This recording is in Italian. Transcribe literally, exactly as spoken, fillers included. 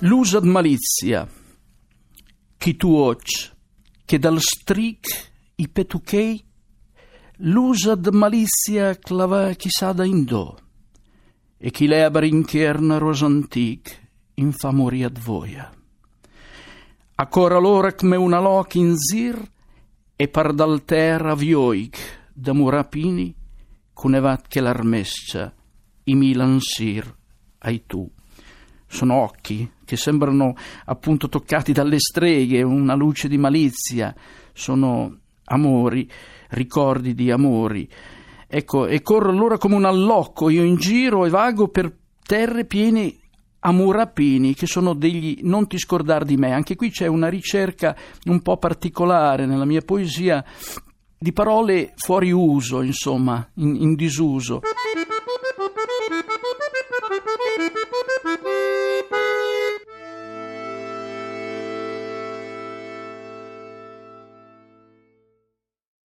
L'usa d malizia, chi tu oc, che dal stric i petuchei, l'usa d malizia clava chissà da indò, e chi leber in chierna ros antic, in fa morì ad voia. Ancora l'ora come una loc in zir, e par dal terra vioig, da murapini, cunevat che l'armescia, i milansir ai tu. Sono occhi che sembrano appunto toccati dalle streghe, una luce di malizia, sono amori, ricordi di amori. Ecco, e corro allora come un allocco, io in giro e vago per terre piene amurapini, che sono degli non ti scordar di me. Anche qui c'è una ricerca un po' particolare nella mia poesia di parole fuori uso, insomma, in, in disuso.